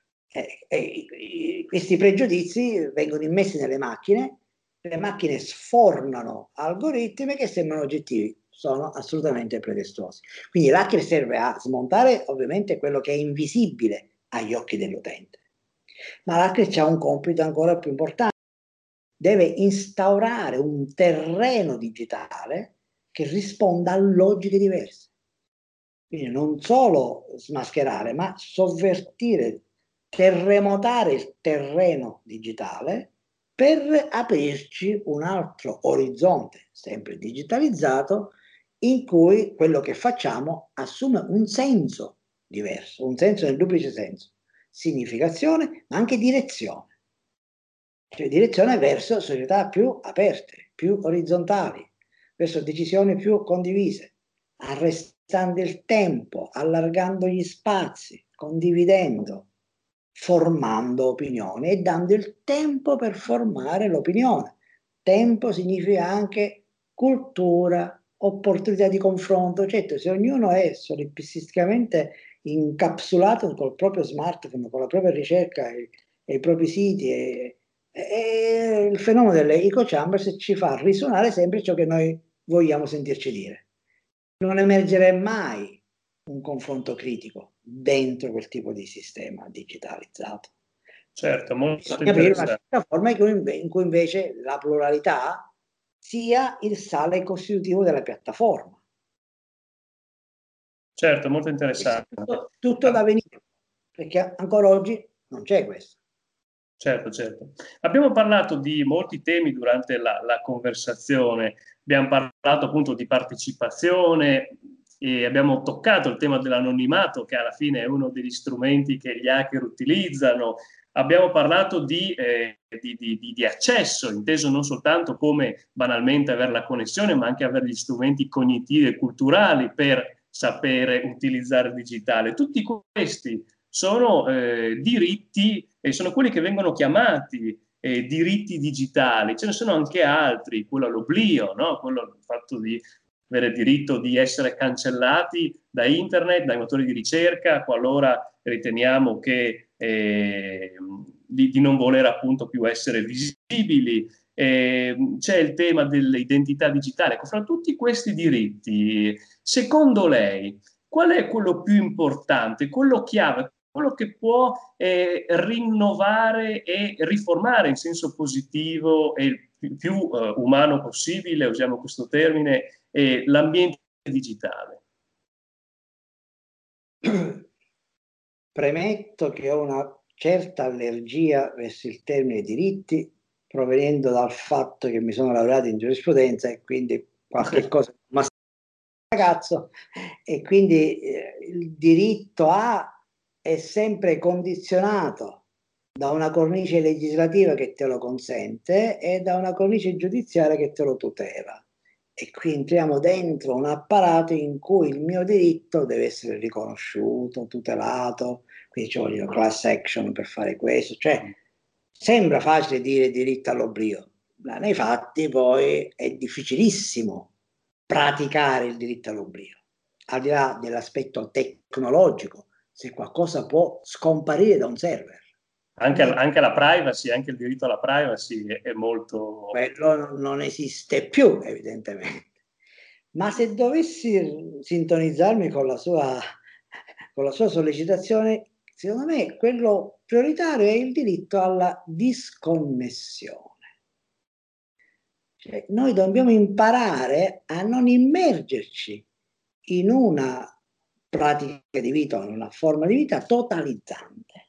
Speaker 2: Questi pregiudizi vengono immessi nelle macchine, le macchine sfornano algoritmi che sembrano oggettivi, sono assolutamente pretestuosi. Quindi l'hacker serve a smontare ovviamente quello che è invisibile agli occhi dell'utente. Ma l'hacker ha un compito ancora più importante, deve instaurare un terreno digitale che risponda a logiche diverse. Quindi non solo smascherare, ma sovvertire, terremotare il terreno digitale per aprirci un altro orizzonte, sempre digitalizzato, in cui quello che facciamo assume un senso diverso, un senso nel duplice senso, significazione, ma anche direzione. Cioè direzione verso società più aperte, più orizzontali, verso decisioni più condivise, arrestando il tempo, allargando gli spazi, condividendo, formando opinioni e dando il tempo per formare l'opinione. Tempo significa anche cultura, opportunità di confronto. Certo, se ognuno è solipsisticamente incapsulato col proprio smartphone, con la propria ricerca e i propri siti, e il fenomeno delle echo chambers ci fa risuonare sempre ciò che noi vogliamo sentirci dire. Non emergerà mai un confronto critico dentro quel tipo di sistema digitalizzato.
Speaker 1: Certo, molto
Speaker 2: Bisogna aprire una
Speaker 1: interessante.
Speaker 2: piattaforma in cui invece la pluralità sia il sale costitutivo della piattaforma.
Speaker 1: Certo, molto
Speaker 2: Questo è
Speaker 1: interessante.
Speaker 2: tutto da venire, perché ancora oggi non c'è questo.
Speaker 1: Certo, certo. Abbiamo parlato di molti temi durante la conversazione, abbiamo parlato appunto di partecipazione, e abbiamo toccato il tema dell'anonimato, che alla fine è uno degli strumenti che gli hacker utilizzano. Abbiamo parlato di accesso, inteso non soltanto come banalmente avere la connessione, ma anche avere gli strumenti cognitivi e culturali per sapere utilizzare il digitale. Tutti questi sono diritti e sono quelli che vengono chiamati diritti digitali. Ce ne sono anche altri, quello all'oblio, no? Quello il fatto di avere diritto di essere cancellati da internet, dai motori di ricerca, qualora riteniamo che di non voler appunto più essere visibili. C'è il tema dell'identità digitale. Ecco, fra tutti questi diritti, secondo lei, qual è quello più importante, quello chiave, quello che può rinnovare e riformare in senso positivo e il più umano possibile, usiamo questo termine, l'ambiente digitale?
Speaker 2: Premetto che ho una certa allergia verso il termine diritti, provenendo dal fatto che mi sono laureato in giurisprudenza e quindi qualche cosa ma ragazzo, e quindi il diritto è sempre condizionato da una cornice legislativa che te lo consente e da una cornice giudiziaria che te lo tutela. E qui entriamo dentro un apparato in cui il mio diritto deve essere riconosciuto, tutelato, quindi ci vogliono class action per fare questo. Cioè, sembra facile dire diritto all'oblio, ma nei fatti poi è difficilissimo praticare il diritto all'oblio. Al di là dell'aspetto tecnologico, se qualcosa può scomparire da un server.
Speaker 1: Anche la privacy, anche il diritto alla privacy è molto...
Speaker 2: Quello non esiste più, evidentemente. Ma se dovessi sintonizzarmi con la sua sollecitazione, secondo me quello prioritario è il diritto alla disconnessione. Cioè, noi dobbiamo imparare a non immergerci in una pratica di vita o in una forma di vita totalizzante.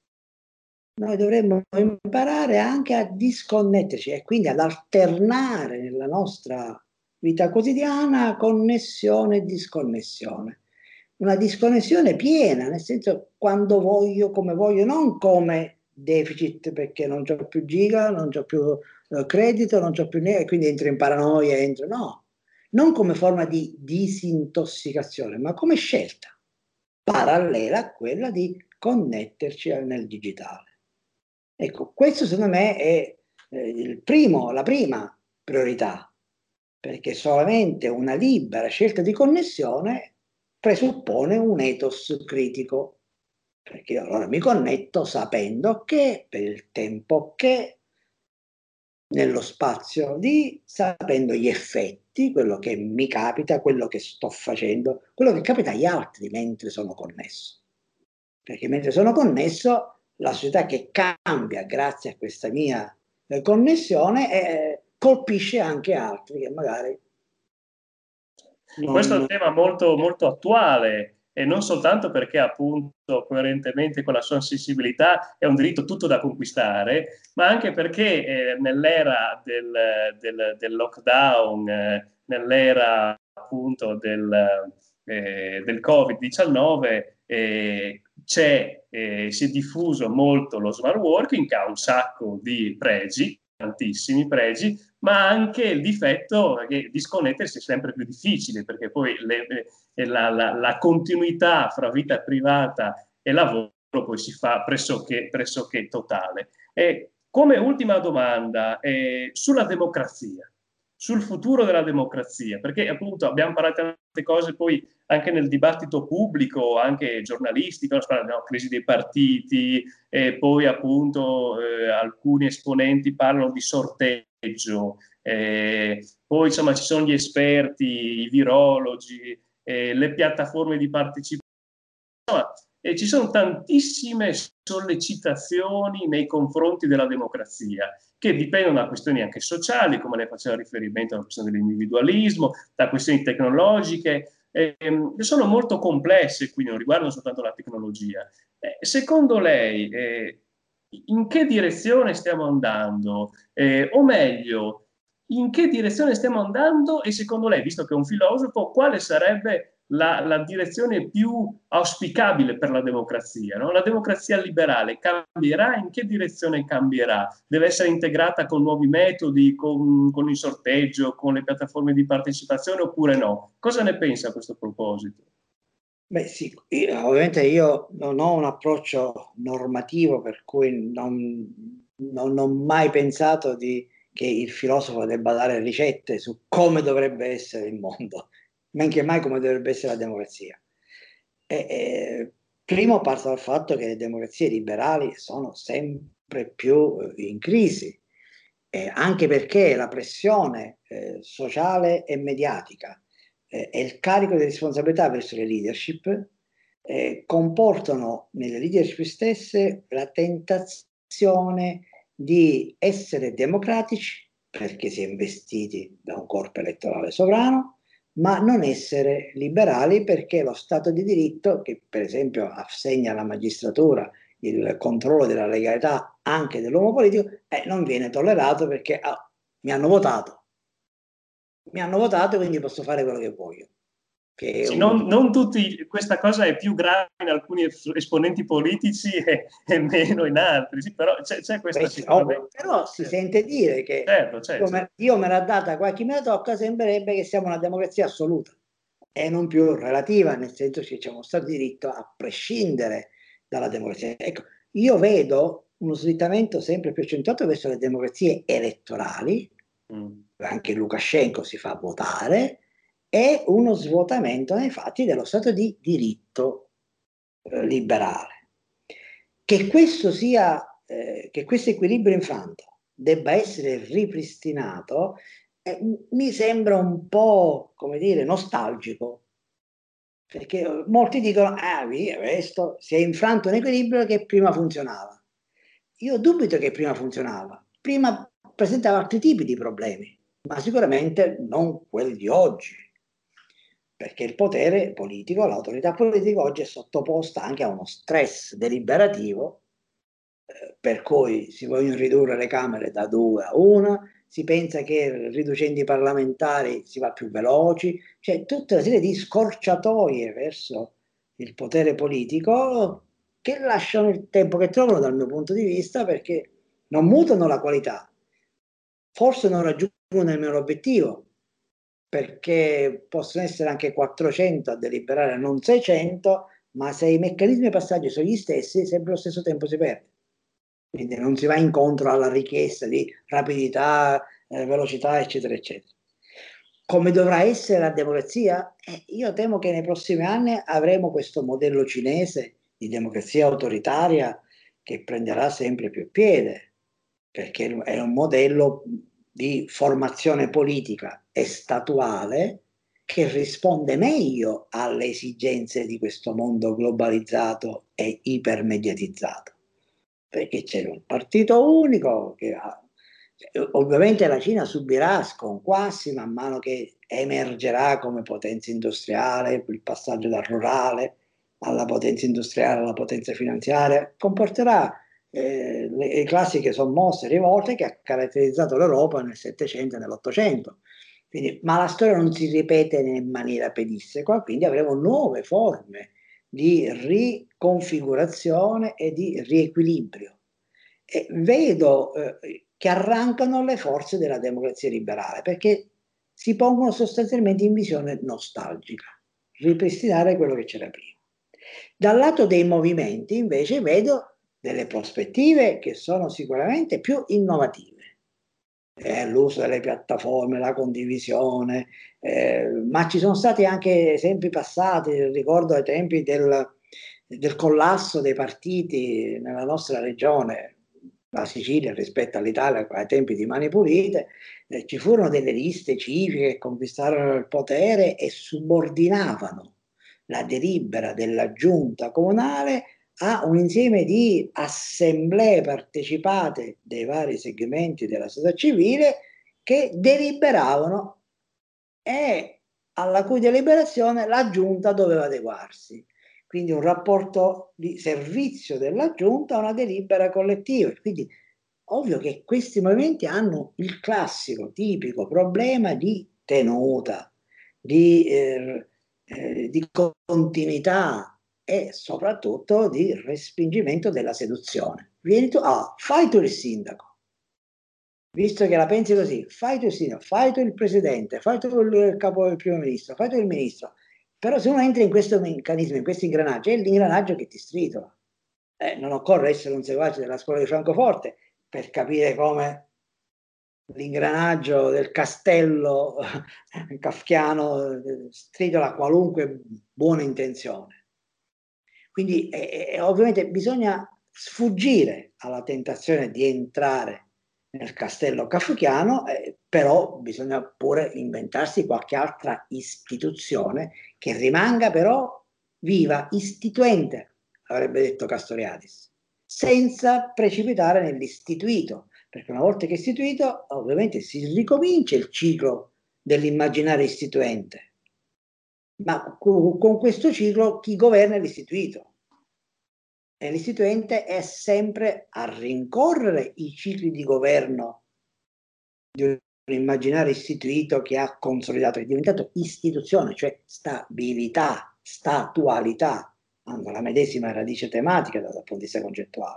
Speaker 2: Noi dovremmo imparare anche a disconnetterci e quindi ad alternare nella nostra vita quotidiana connessione e disconnessione. Una disconnessione piena, nel senso quando voglio, come voglio, non come deficit perché non ho più giga, non ho più credito, non ho più niente, quindi entro in paranoia, no, non come forma di disintossicazione, ma come scelta parallela a quella di connetterci nel digitale. Ecco, questo secondo me è la prima priorità, perché solamente una libera scelta di connessione presuppone un ethos critico, perché io allora mi connetto sapendo che per il tempo che nello spazio sapendo gli effetti, quello che mi capita, quello che sto facendo, quello che capita agli altri mentre sono connesso. Perché mentre sono connesso, la società che cambia grazie a questa mia connessione colpisce anche altri che magari
Speaker 1: Questo è un
Speaker 2: non...
Speaker 1: tema molto, molto attuale e non soltanto perché appunto coerentemente con la sua sensibilità è un diritto tutto da conquistare, ma anche perché nell'era del lockdown, nell'era appunto del Covid-19 si è diffuso molto lo smart working, che ha un sacco di pregi, tantissimi pregi, ma anche il difetto che disconnettersi è sempre più difficile, perché poi la continuità fra vita privata e lavoro poi si fa pressoché totale. Come ultima domanda, sulla democrazia, sul futuro della democrazia, perché appunto abbiamo parlato di tante cose poi anche nel dibattito pubblico, anche giornalistico, no, crisi dei partiti, poi appunto alcuni esponenti parlano di sorteggio, poi insomma ci sono gli esperti, i virologi, le piattaforme di partecipazione. E ci sono tantissime sollecitazioni nei confronti della democrazia che dipendono da questioni anche sociali, come lei faceva riferimento alla questione dell'individualismo, da questioni tecnologiche, che sono molto complesse, quindi non riguardano soltanto la tecnologia. Secondo lei, in che direzione stiamo andando? O meglio, in che direzione stiamo andando e secondo lei, visto che è un filosofo, quale sarebbe la direzione più auspicabile per la democrazia, no? La democrazia liberale cambierà? In che direzione cambierà? Deve essere integrata con nuovi metodi, con il sorteggio, con le piattaforme di partecipazione oppure no? Cosa ne pensa a questo proposito?
Speaker 2: Beh, sì, ovviamente io non ho un approccio normativo, per cui non ho mai pensato che il filosofo debba dare ricette su come dovrebbe essere il mondo, men che mai come dovrebbe essere la democrazia. Primo parto dal fatto che le democrazie liberali sono sempre più in crisi, anche perché la pressione sociale e mediatica e il carico di responsabilità verso le leadership comportano nelle leadership stesse la tentazione di essere democratici perché si è investiti da un corpo elettorale sovrano, ma non essere liberali perché lo Stato di diritto, che per esempio assegna alla magistratura il controllo della legalità anche dell'uomo politico, non viene tollerato perché mi hanno votato, quindi posso fare quello che voglio. Che è
Speaker 1: Sì,
Speaker 2: un...
Speaker 1: non tutti, questa cosa è più grave in alcuni esponenti politici e meno in altri, sì, però c'è questa sicuramente.
Speaker 2: Però si
Speaker 1: Certo,
Speaker 2: sente dire che
Speaker 1: certo, certo.
Speaker 2: Dio me l'ha data, qua chi me la tocca, sembrerebbe che siamo una democrazia assoluta e non più relativa, nel senso che c'è uno Stato di diritto a prescindere dalla democrazia. Ecco, io vedo uno slittamento sempre più accentuato verso le democrazie elettorali, anche Lukashenko si fa votare, e uno svuotamento nei fatti dello Stato di diritto liberale. Che questo che questo equilibrio infranto debba essere ripristinato, mi sembra un po', come dire, nostalgico, perché molti dicono, questo si è infranto un equilibrio che prima funzionava. Io dubito che prima funzionava, prima presentava altri tipi di problemi, ma sicuramente non quelli di oggi, perché il potere politico, l'autorità politica oggi è sottoposta anche a uno stress deliberativo, per cui si vogliono ridurre le Camere da 2 a 1, si pensa che riducendo i parlamentari si va più veloci, cioè tutta una serie di scorciatoie verso il potere politico che lasciano il tempo che trovano dal mio punto di vista, perché non mutano la qualità, forse non raggiungono nemmeno l'obiettivo, perché possono essere anche 400 a deliberare, non 600, ma se i meccanismi di passaggio sono gli stessi, sempre allo stesso tempo si perde. Quindi non si va incontro alla richiesta di rapidità, velocità, eccetera, eccetera. Come dovrà essere la democrazia? Io temo che nei prossimi anni avremo questo modello cinese di democrazia autoritaria che prenderà sempre più piede, perché è un modello di formazione politica e statuale che risponde meglio alle esigenze di questo mondo globalizzato e ipermediatizzato, perché c'è un partito unico che ovviamente la Cina subirà sconquassi man mano che emergerà come potenza industriale, il passaggio dal rurale alla potenza industriale, alla potenza finanziaria, comporterà le classiche sommosse rivolte che ha caratterizzato l'Europa nel Settecento e nell'Ottocento. Quindi, ma la storia non si ripete in maniera pedissequa, quindi avremo nuove forme di riconfigurazione e di riequilibrio. E vedo che arrancano le forze della democrazia liberale, perché si pongono sostanzialmente in visione nostalgica, ripristinare quello che c'era prima. Dal lato dei movimenti, invece, vedo delle prospettive che sono sicuramente più innovative. L'uso delle piattaforme, la condivisione, ma ci sono stati anche esempi passati, ricordo ai tempi del collasso dei partiti nella nostra regione, la Sicilia rispetto all'Italia, ai tempi di Mani Pulite, ci furono delle liste civiche che conquistarono il potere e subordinavano la delibera della giunta comunale a un insieme di assemblee partecipate dei vari segmenti della società civile che deliberavano e alla cui deliberazione la giunta doveva adeguarsi. Quindi un rapporto di servizio della giunta a una delibera collettiva. Quindi ovvio che questi movimenti hanno il classico, tipico problema di tenuta, di di continuità e soprattutto di respingimento della seduzione. Vieni tu, fai tu il sindaco, visto che la pensi così, fai tu il sindaco, fai tu il presidente, fai tu il capo del primo ministro, fai tu il ministro. Però se uno entra in questo meccanismo, in questo ingranaggio, è l'ingranaggio che ti stritola. Non occorre essere un seguace della scuola di Francoforte per capire come l'ingranaggio del castello kafkiano stritola qualunque buona intenzione. Quindi ovviamente bisogna sfuggire alla tentazione di entrare nel castello kafkiano, però bisogna pure inventarsi qualche altra istituzione che rimanga però viva, istituente, avrebbe detto Castoriadis, senza precipitare nell'istituito, perché una volta che è istituito ovviamente si ricomincia il ciclo dell'immaginario istituente, ma con questo ciclo chi governa è l'istituito. E l'istituente è sempre a rincorrere i cicli di governo di un immaginario istituito che ha consolidato, è diventato istituzione, cioè stabilità, statualità, hanno la medesima radice tematica dal punto di vista concettuale.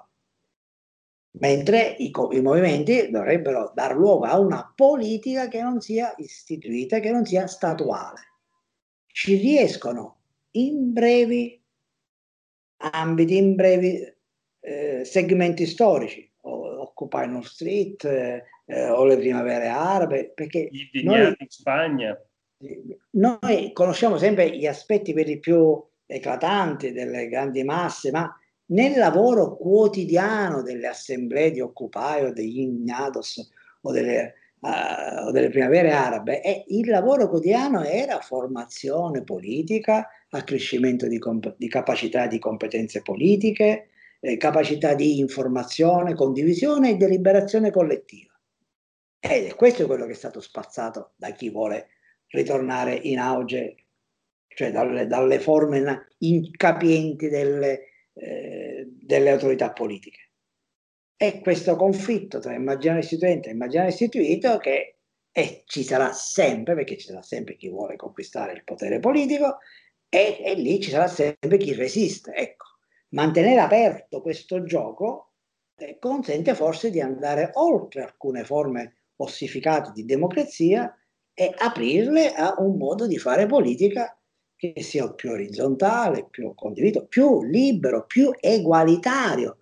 Speaker 2: Mentre i movimenti dovrebbero dar luogo a una politica che non sia istituita, che non sia statuale. Ci riescono in brevi ambiti, in brevi segmenti storici, Occupy North Street o le primavere arabe, perché
Speaker 1: i dignati in Spagna.
Speaker 2: Noi conosciamo sempre gli aspetti quelli più eclatanti delle grandi masse, ma nel lavoro quotidiano delle assemblee di Occupy o degli Ignados o delle primavere arabe, il lavoro quotidiano era formazione politica, accrescimento di capacità di competenze politiche, capacità di informazione, condivisione e deliberazione collettiva. E questo è quello che è stato spazzato da chi vuole ritornare in auge, cioè dalle forme incapienti delle autorità politiche. È questo conflitto tra immaginario istituente e immaginario istituito che ci sarà sempre, perché ci sarà sempre chi vuole conquistare il potere politico e lì ci sarà sempre chi resiste. Ecco, mantenere aperto questo gioco consente forse di andare oltre alcune forme ossificate di democrazia e aprirle a un modo di fare politica che sia più orizzontale, più condiviso, più libero, più egualitario.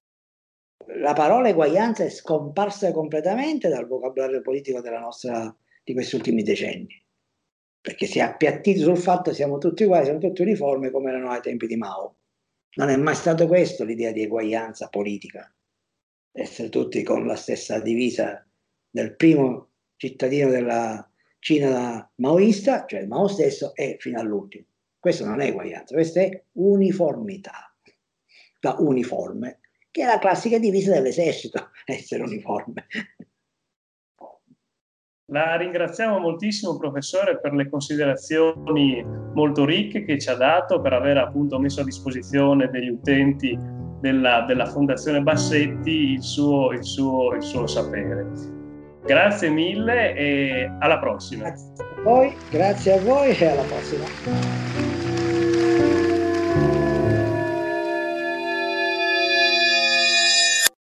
Speaker 2: La parola eguaglianza è scomparsa completamente dal vocabolario politico di questi ultimi decenni, perché si è appiattito sul fatto che siamo tutti uguali, siamo tutti uniformi come erano ai tempi di Mao. Non è mai stato questo l'idea di eguaglianza politica, essere tutti con la stessa divisa del primo cittadino della Cina maoista, cioè Mao stesso, e fino all'ultimo. Questo non è eguaglianza, questa è uniformità, la uniforme, che è la classica divisa dell'esercito, essere uniforme.
Speaker 1: La ringraziamo moltissimo, professore, per le considerazioni molto ricche che ci ha dato, per aver appunto messo a disposizione degli utenti della Fondazione Bassetti il suo sapere. Grazie mille e alla prossima.
Speaker 2: Grazie a voi e alla prossima.